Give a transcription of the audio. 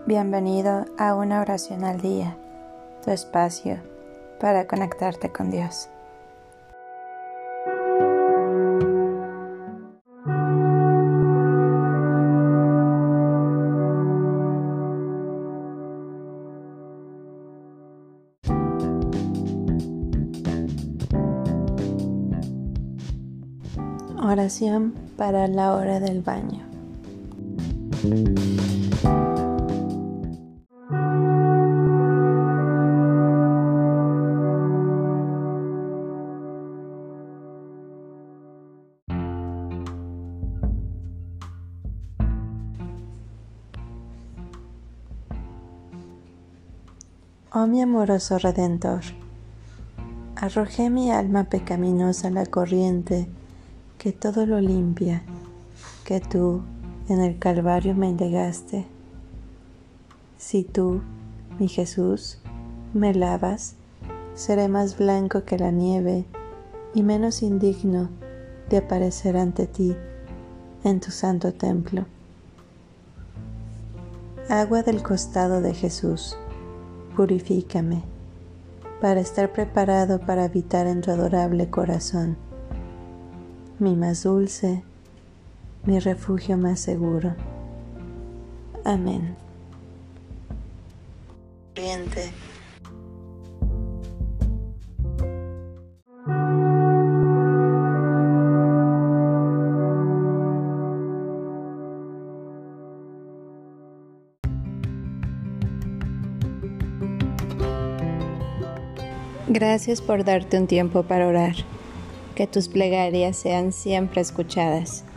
Bienvenido a una oración al día, tu espacio para conectarte con Dios. Oración para la hora del baño. Oh mi amoroso Redentor, arrojé mi alma pecaminosa a la corriente que todo lo limpia, que tú en el Calvario me entregaste. Si tú, mi Jesús, me lavas, seré más blanco que la nieve y menos indigno de aparecer ante ti en tu santo templo. Agua del costado de Jesús, purifícame, para estar preparado para habitar en tu adorable corazón, mi más dulce, mi refugio más seguro. Amén. Corriente. Gracias por darte un tiempo para orar. Que tus plegarias sean siempre escuchadas.